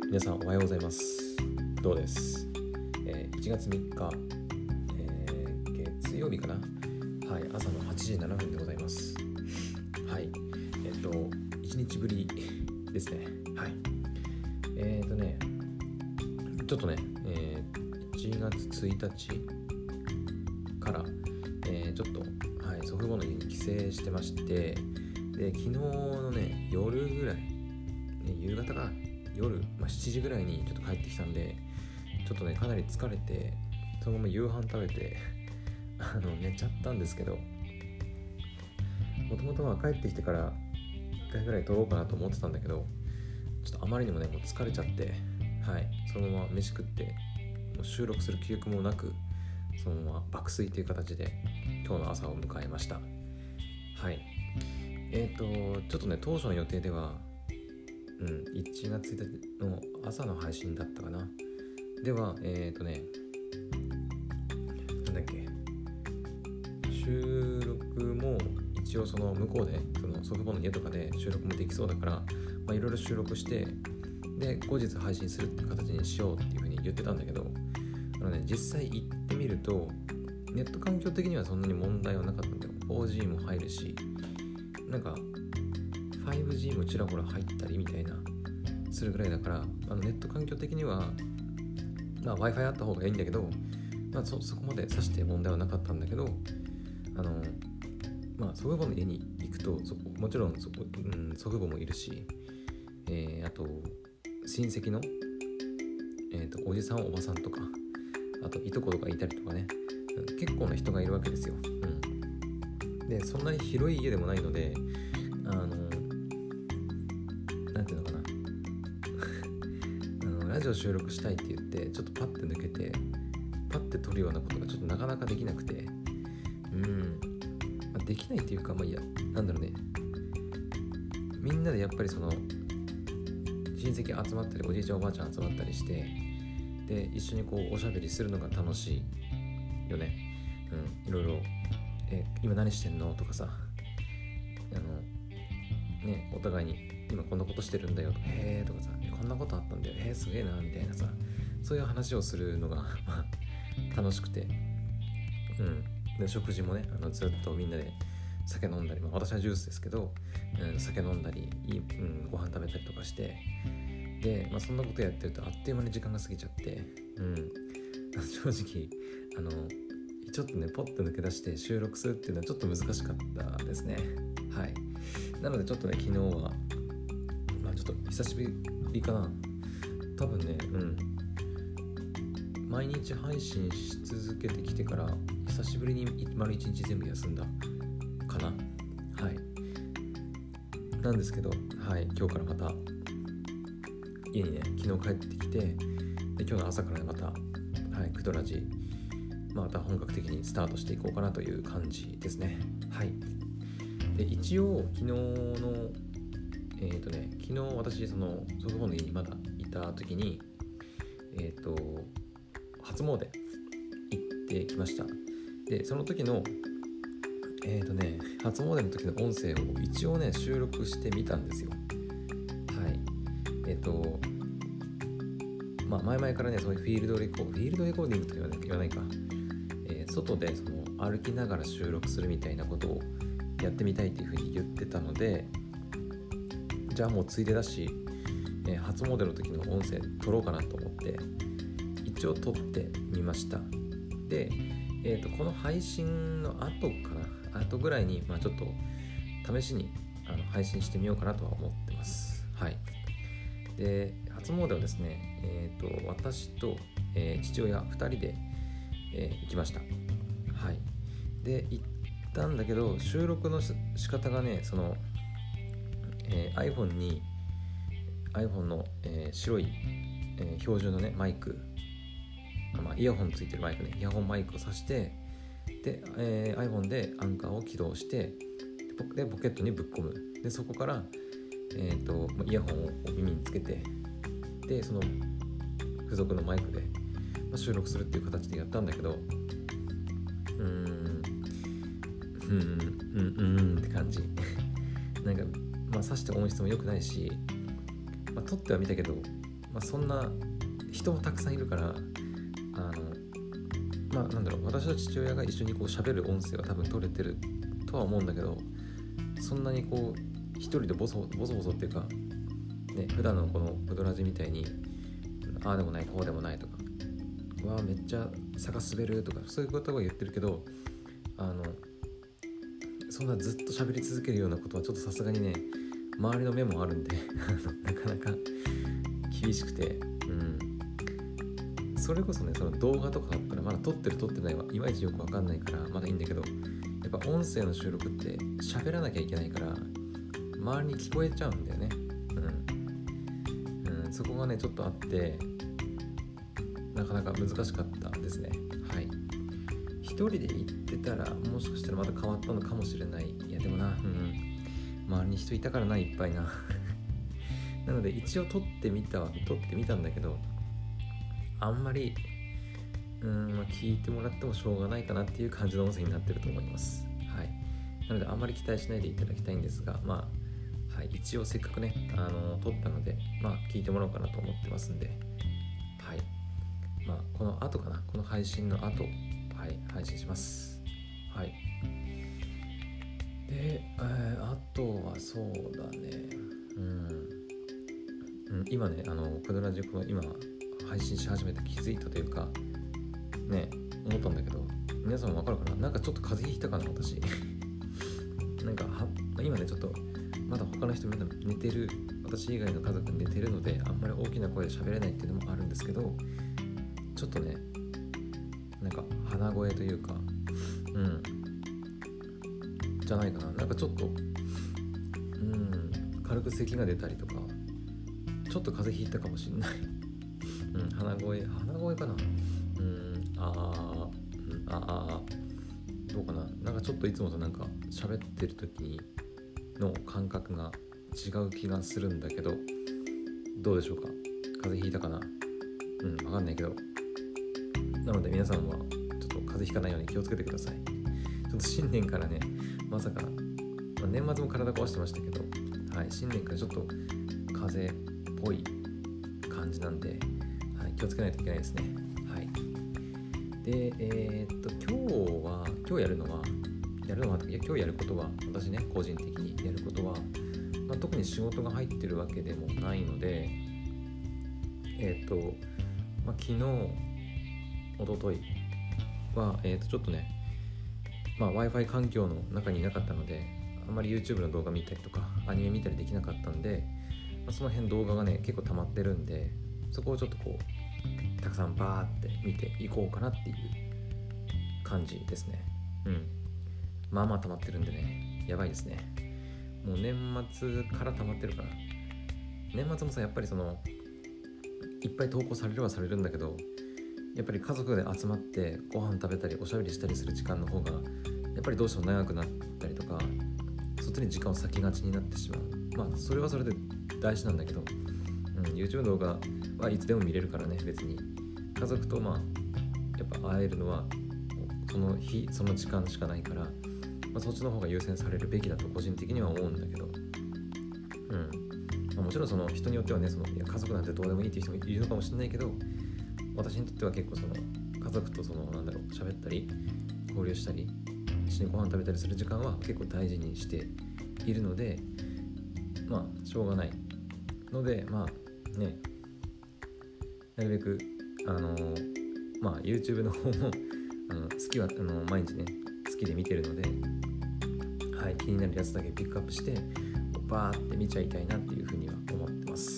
皆さんおはようございます。どうです？1月3日、月曜日かな。はい、朝の8時7分でございます。はい、1日ぶりですね。はい。ちょっとね、1月1日から、ちょっと、祖父母の家に帰省してまして、で、昨日のね、夜ぐらい、夕方か夜、7時ぐらいにちょっと帰ってきたんで、ちょっとねかなり疲れて、そのまま夕飯食べて寝ちゃったんですけど、もともとは帰ってきてから1回ぐらい撮ろうかなと思ってたんだけど、ちょっとあまりにもねもう疲れちゃって、そのまま飯食って、もう収録する気力もなく、そのまま爆睡という形で今日の朝を迎えました。はい。ちょっとね当初の予定では1月1日の朝の配信だったかな。では、収録も一応その向こうで、その祖父母の家とかで収録もできそうだから、いろいろ収録して、で、後日配信するっていう形にしようっていうふうに言ってたんだけど、実際行ってみると、ネット環境的にはそんなに問題はなかったんだよ。4G も入るし、5G もちらほら入ったりみたいなするぐらいだから、ネット環境的には、Wi-Fi あった方がいいんだけど、そこまでさして問題はなかったんだけど、祖父母の家に行くと、もちろん祖父母もいるし、あと親戚の、おじさんおばさんとか、あといとことかいたりとかね、結構な人がいるわけですよ。で、そんなに広い家でもないので、なんていうのかなラジオ収録したいって言ってちょっとパッて抜けてパッて撮るようなことがちょっとなかなかできなくて、できないっていうか、みんなでやっぱりその親戚集まったり、おじいちゃんおばあちゃん集まったりして、で一緒にこうおしゃべりするのが楽しいよね。いろいろ今何してんのとかさ、お互いに今こんなことしてるんだよとか、へーとかさ、こんなことあったんだよ、すげえなみたいなさ、そういう話をするのが楽しくて、で食事もねずっとみんなで酒飲んだり、私はジュースですけど、酒飲んだり、ご飯食べたりとかして、で、そんなことやってるとあっという間に時間が過ぎちゃって、正直ちょっとねポッと抜け出して収録するっていうのはちょっと難しかったですね。はい。なのでちょっとね昨日はちょっと久しぶりかな。多分ね、毎日配信し続けてきてから久しぶりに丸一日全部休んだかな。はい。なんですけど、今日からまた家にね昨日帰ってきて、で今日の朝からまたクドラジまた本格的にスタートしていこうかなという感じですね。はい。で一応昨日私その祖父母の家にまだいた時に初詣行ってきました。でその時の初詣の時の音声を一応ね収録してみたんですよ。はい。前々からねそういうフィールドレコーディングと言わないか、外でその歩きながら収録するみたいなことをやってみたいというふうに言ってたので、じゃあもうついでだし、初詣の時の音声撮ろうかなと思って一応撮ってみました。で、この配信の後ぐらいにちょっと試しに配信してみようかなとは思ってます。はい。で初詣はですね、私と、父親2人で、行きました。はい。で行ったんだけど、収録の仕方がねその、iPhone の、白い、標準のねマイク、イヤホンついてるマイクね、イヤホンマイクを挿して、で、iPhone でアンカーを起動して、でポケットにぶっ込む。でそこから、イヤホンを耳につけて、でその付属のマイクで、収録するっていう形でやったんだけど、って感じ挿して音質も良くないし、撮ってはみたけど、 そんな人もたくさんいるから私と父親が一緒にこう喋る音声は多分取れてるとは思うんだけど、そんなにこう一人でボソボソっていうかね、普段のこのブドラジみたいにああでもないこうでもないとか、うわめっちゃ坂滑るとかそういうことは言ってるけど、そんなずっと喋り続けるようなことはちょっとさすがにね、周りの目もあるんでなかなか厳しくて、それこそね、その動画とかだったらまだ撮ってる撮ってないはいまいちよくわかんないからまだいいんだけど、やっぱ音声の収録って喋らなきゃいけないから周りに聞こえちゃうんだよね。そこがねちょっとあってなかなか難しかったですね。はい。一人で行ってたらもしかしたらまた変わったのかもしれない。いやでもな、周りに人いたからな、いっぱいななので一応撮ってみたんだけど、あんまり聞いてもらってもしょうがないかなっていう感じの音声になってると思います。はい。なのであんまり期待しないでいただきたいんですが、はい、一応せっかくね撮ったので聞いてもらおうかなと思ってますんで、はい。この後かな、この配信の後、はい、配信します。はい。で、あとはそうだね、今ねクドラジオ今配信し始めて気づいたというかね、思ったんだけど、皆さんもわかるかな、なんかちょっと風邪ひいたかな私なんか今ねちょっとまだ他の人みんな寝てる、私以外の家族寝てるのであんまり大きな声で喋れないっていうのもあるんですけど、ちょっとねなんか鼻声というかじゃないかな、なんかちょっと軽く咳が出たりとか、ちょっと風邪ひいたかもしんない鼻声かな、どうかな、なんかちょっといつもとなんか喋ってる時の感覚が違う気がするんだけど、どうでしょうか、風邪ひいたかな、わかんないけど、なので皆さんはちょっと風邪ひかないように気をつけてください。ちょっと新年からね、まさか、年末も体壊してましたけど、はい、新年からちょっと風邪っぽい感じなんで、はい、気をつけないといけないですね。はい。で、今日やることは、私ね個人的にやることは、特に仕事が入ってるわけでもないので、昨日一昨日はちょっとね、Wi-Fi 環境の中にいなかったので、あんまり YouTube の動画見たりとかアニメ見たりできなかったんで、その辺動画がね結構溜まってるんで、そこをちょっとこうたくさんバーって見ていこうかなっていう感じですね。溜まってるんでね、やばいですね。もう年末から溜まってるから、年末もさ、やっぱりそのいっぱい投稿されるはされるんだけど、やっぱり家族で集まってご飯食べたりおしゃべりしたりする時間の方がやっぱりどうしても長くなったりとか、そっちに時間を割きがちになってしまう。それはそれで大事なんだけど、YouTube 動画はいつでも見れるからね、別に家族とやっぱ会えるのはその日その時間しかないから、そっちの方が優先されるべきだと個人的には思うんだけど、もちろんその人によってはね、いや家族なんてどうでもいいっていう人もいるのかもしれないけど、私にとっては結構その家族と喋ったり交流したり一緒にご飯食べたりする時間は結構大事にしているので、しょうがないので、なるべくYouTube の方も好きは毎日ね好きで見てるので、はい、気になるやつだけピックアップしてバーって見ちゃいたいなっていうふうには思ってます。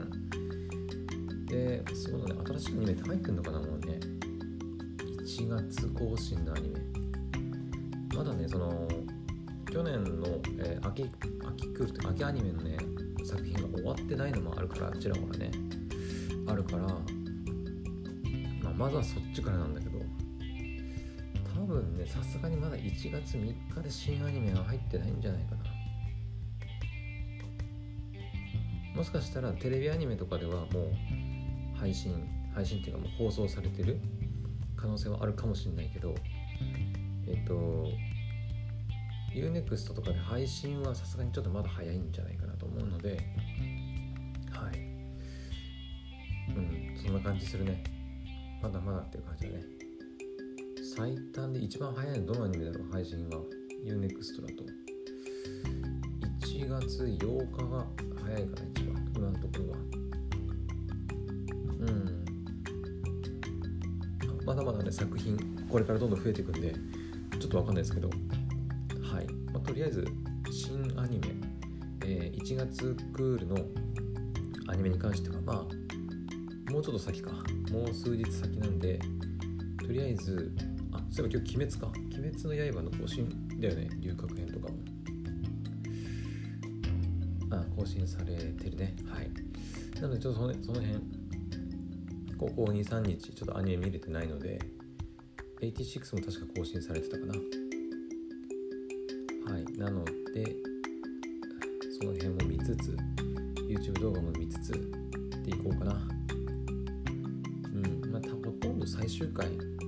で、そうだね、新しいアニメって入ってんのかな、もうね。1月更新のアニメ。まだね、去年の、秋アニメのね、作品が終わってないのもあるから、ちらほらね、あるから、まずはそっちからなんだけど、多分ね、さすがにまだ1月3日で新アニメは入ってないんじゃないかな。もしかしたらテレビアニメとかではもう配信っていうかもう放送されてる可能性はあるかもしれないけど、Unext とかで配信はさすがにちょっとまだ早いんじゃないかなと思うので、はい。 そんな感じするね。まだまだっていう感じだね。最短で一番早いのどのアニメだろう、配信は。UNEXT だと1月8日が早いかな、一番今のところは。まだまだね、作品これからどんどん増えていくんでちょっとわかんないですけど、はい、とりあえず新アニメ、1月クールのアニメに関してはもうちょっと先か、もう数日先なんで、とりあえずそういえば今日鬼滅の刃の更新だよね、龍角編とかも更新されてるね。はい。なのでちょっとその辺ここ 2,3 日ちょっとアニメ見れてないので、86も確か更新されてたかな。はい。なのでその辺も見つつ YouTube 動画も見つつでいこうかな。ほとんど最終回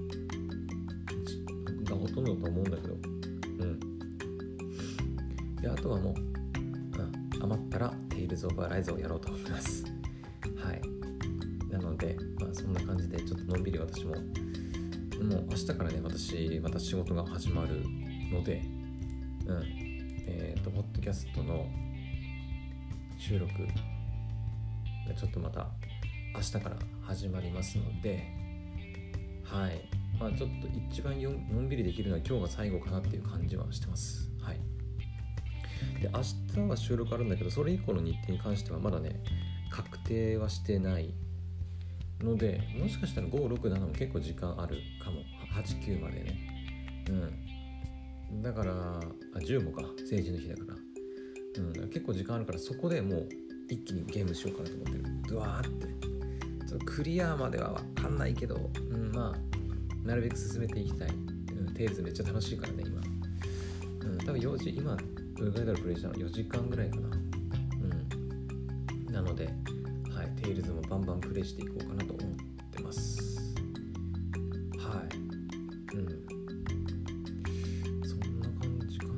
がほとんどだと思うんだけど、であとはもう、余ったら Tales of Arise をやろうと思います。はい。なので、そんな感じでちょっとのんびり私ももう明日からね、また仕事が始まるので、ポッドキャストの収録がちょっとまた明日から始まりますので、はい。ちょっと一番のんびりできるのは今日が最後かなっていう感じはしてます。はい。で、明日は収録あるんだけど、それ以降の日程に関してはまだね、確定はしてないので、もしかしたら5、6、7も結構時間あるかも。8、9までね。だから10もか、成人の日だから。だから結構時間あるから、そこでもう一気にゲームしようかなと思ってる。ドワーって。ちょっとクリアまでは分かんないけど、なるべく進めていきたい。テイルズめっちゃ楽しいからね、今。多分4時、今、どれぐらいだろうプレイしたの4時間ぐらいかな。なので、はい、テイルズもバンバンプレイしていこうかなと思ってます。はい。そんな感じか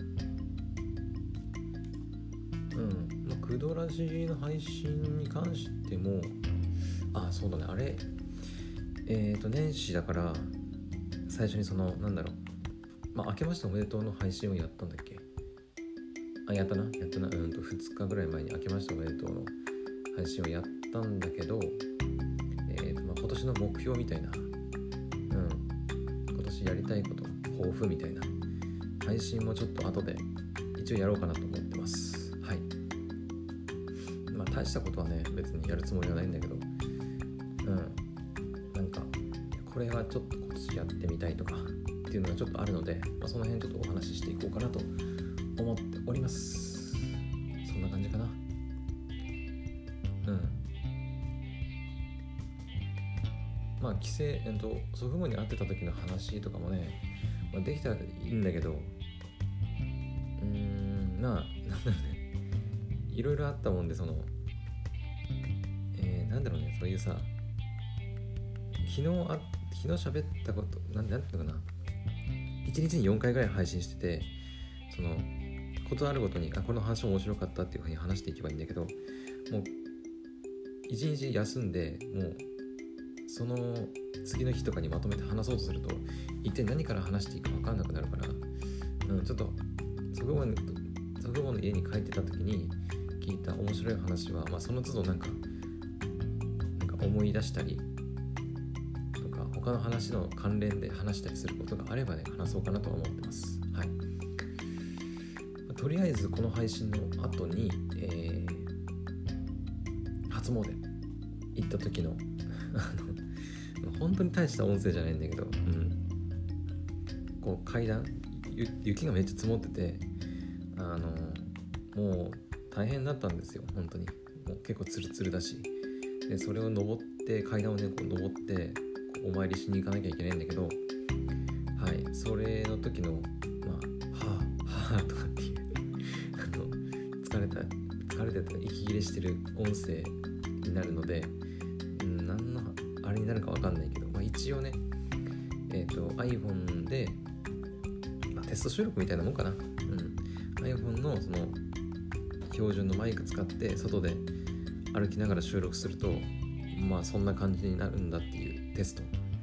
な。クドラジの配信に関しても、そうだね、あれ、年始だから最初に明けましておめでとうの配信をやったんだっけ。やったな2日ぐらい前に明けましておめでとうの配信をやったんだけど、今年の目標みたいな、今年やりたいこと抱負みたいな配信もちょっと後で一応やろうかなと思ってます。はい。大したことはね別にやるつもりはないんだけど、これはちょっと今年やってみたいとかっていうのがちょっとあるので、その辺ちょっとお話ししていこうかなと思っております。そんな感じかな。帰省、祖父母に会ってた時の話とかもね、できたらいいんだけど、なんだろうね、いろいろあったもんで、なんだろうね、そういうさ、昨日喋ったこと、なんていうのかな、1日に4回ぐらい配信してて、ことあるごとにこの話面白かったっていうふうに話していけばいいんだけど、もう1日休んで、もうその次の日とかにまとめて話そうとすると一体何から話していいか分かんなくなるから、ちょっと祖父母の家に帰ってた時に聞いた面白い話は、その都度なんか思い出したりとか、他の話の関連で話したりすることがあればね、話そうかなとは思ってます。はい。とりあえずこの配信の後に、初詣行った時の本当に大した音声じゃないんだけど、こう階段、雪がめっちゃ積もってて、もう大変だったんですよ。本当にもう結構ツルツルだし、でそれを登って階段をねこう登ってお参りしに行かなきゃいけないんだけど、はい、それの時のはぁとかっていう疲れてた息切れしてる音声になるので、何のあれになるか分かんないけど、一応ねiPhone で、テスト収録みたいなもんかな。iPhone のその標準のマイク使って外で歩きながら収録するとまあそんな感じになるんだっていうテスト。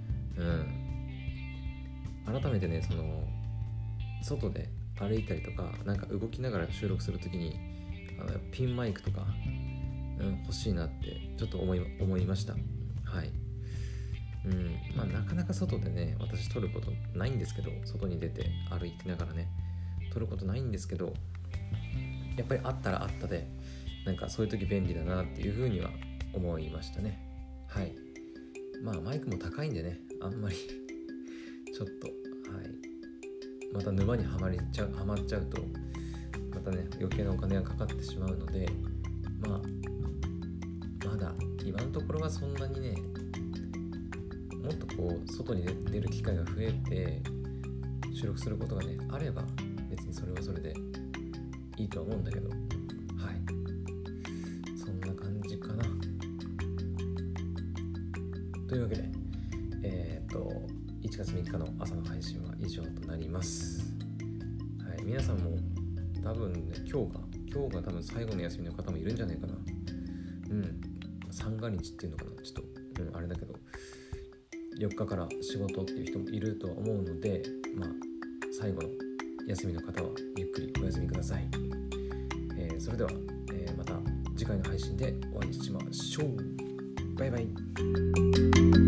改めてね、その外で歩いたりとかなんか動きながら収録するときにピンマイクとか、欲しいなってちょっと思いました。はい。まあなかなか外でね私撮ることないんですけど、外に出て歩いてながらね撮ることないんですけど、やっぱりあったらあったでなんかそういう時便利だなっていうふうには思いましたね。はい。まあマイクも高いんでね、あんまりちょっと、はい、また沼にはまっちゃうとまたね余計なお金がかかってしまうので、まだ今のところはそんなにね、もっとこう外に出る機会が増えて収録することがねあれば別にそれはそれでいいとは思うんだけど、はい、そんな感じかな。というわけで1月3日の朝の配信は以上となります。はい、皆さんも多分ね今日が多分最後の休みの方もいるんじゃないかな。三が日っていうのかな、ちょっと、あれだけど4日から仕事っていう人もいるとは思うので、最後の休みの方はゆっくりお休みください。それでは、また次回の配信でお会いしましょう。バイバイ。